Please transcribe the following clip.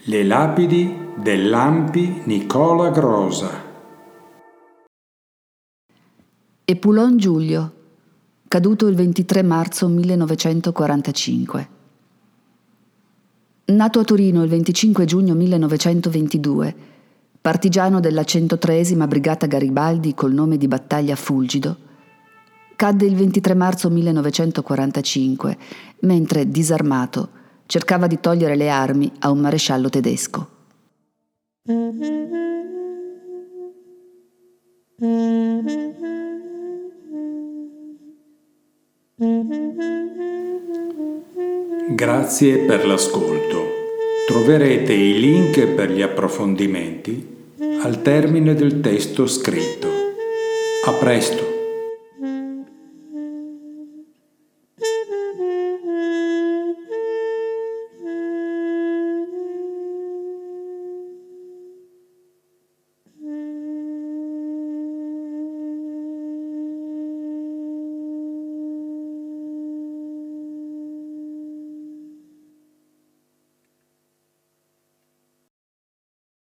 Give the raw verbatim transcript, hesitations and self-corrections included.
Le lapidi dell'Ampi Nicola Grosa. Epulon Giulio, caduto il ventitré marzo millenovecentoquarantacinque. Nato a Torino il venticinque giugno millenovecentoventidue, partigiano della centotreesima Brigata Garibaldi col nome di Battaglia Fulgido, cadde il ventitré marzo millenovecentoquarantacinque mentre, disarmato, cercava di togliere le armi a un maresciallo tedesco. Grazie per l'ascolto. Troverete i link per gli approfondimenti al termine del testo scritto. A presto!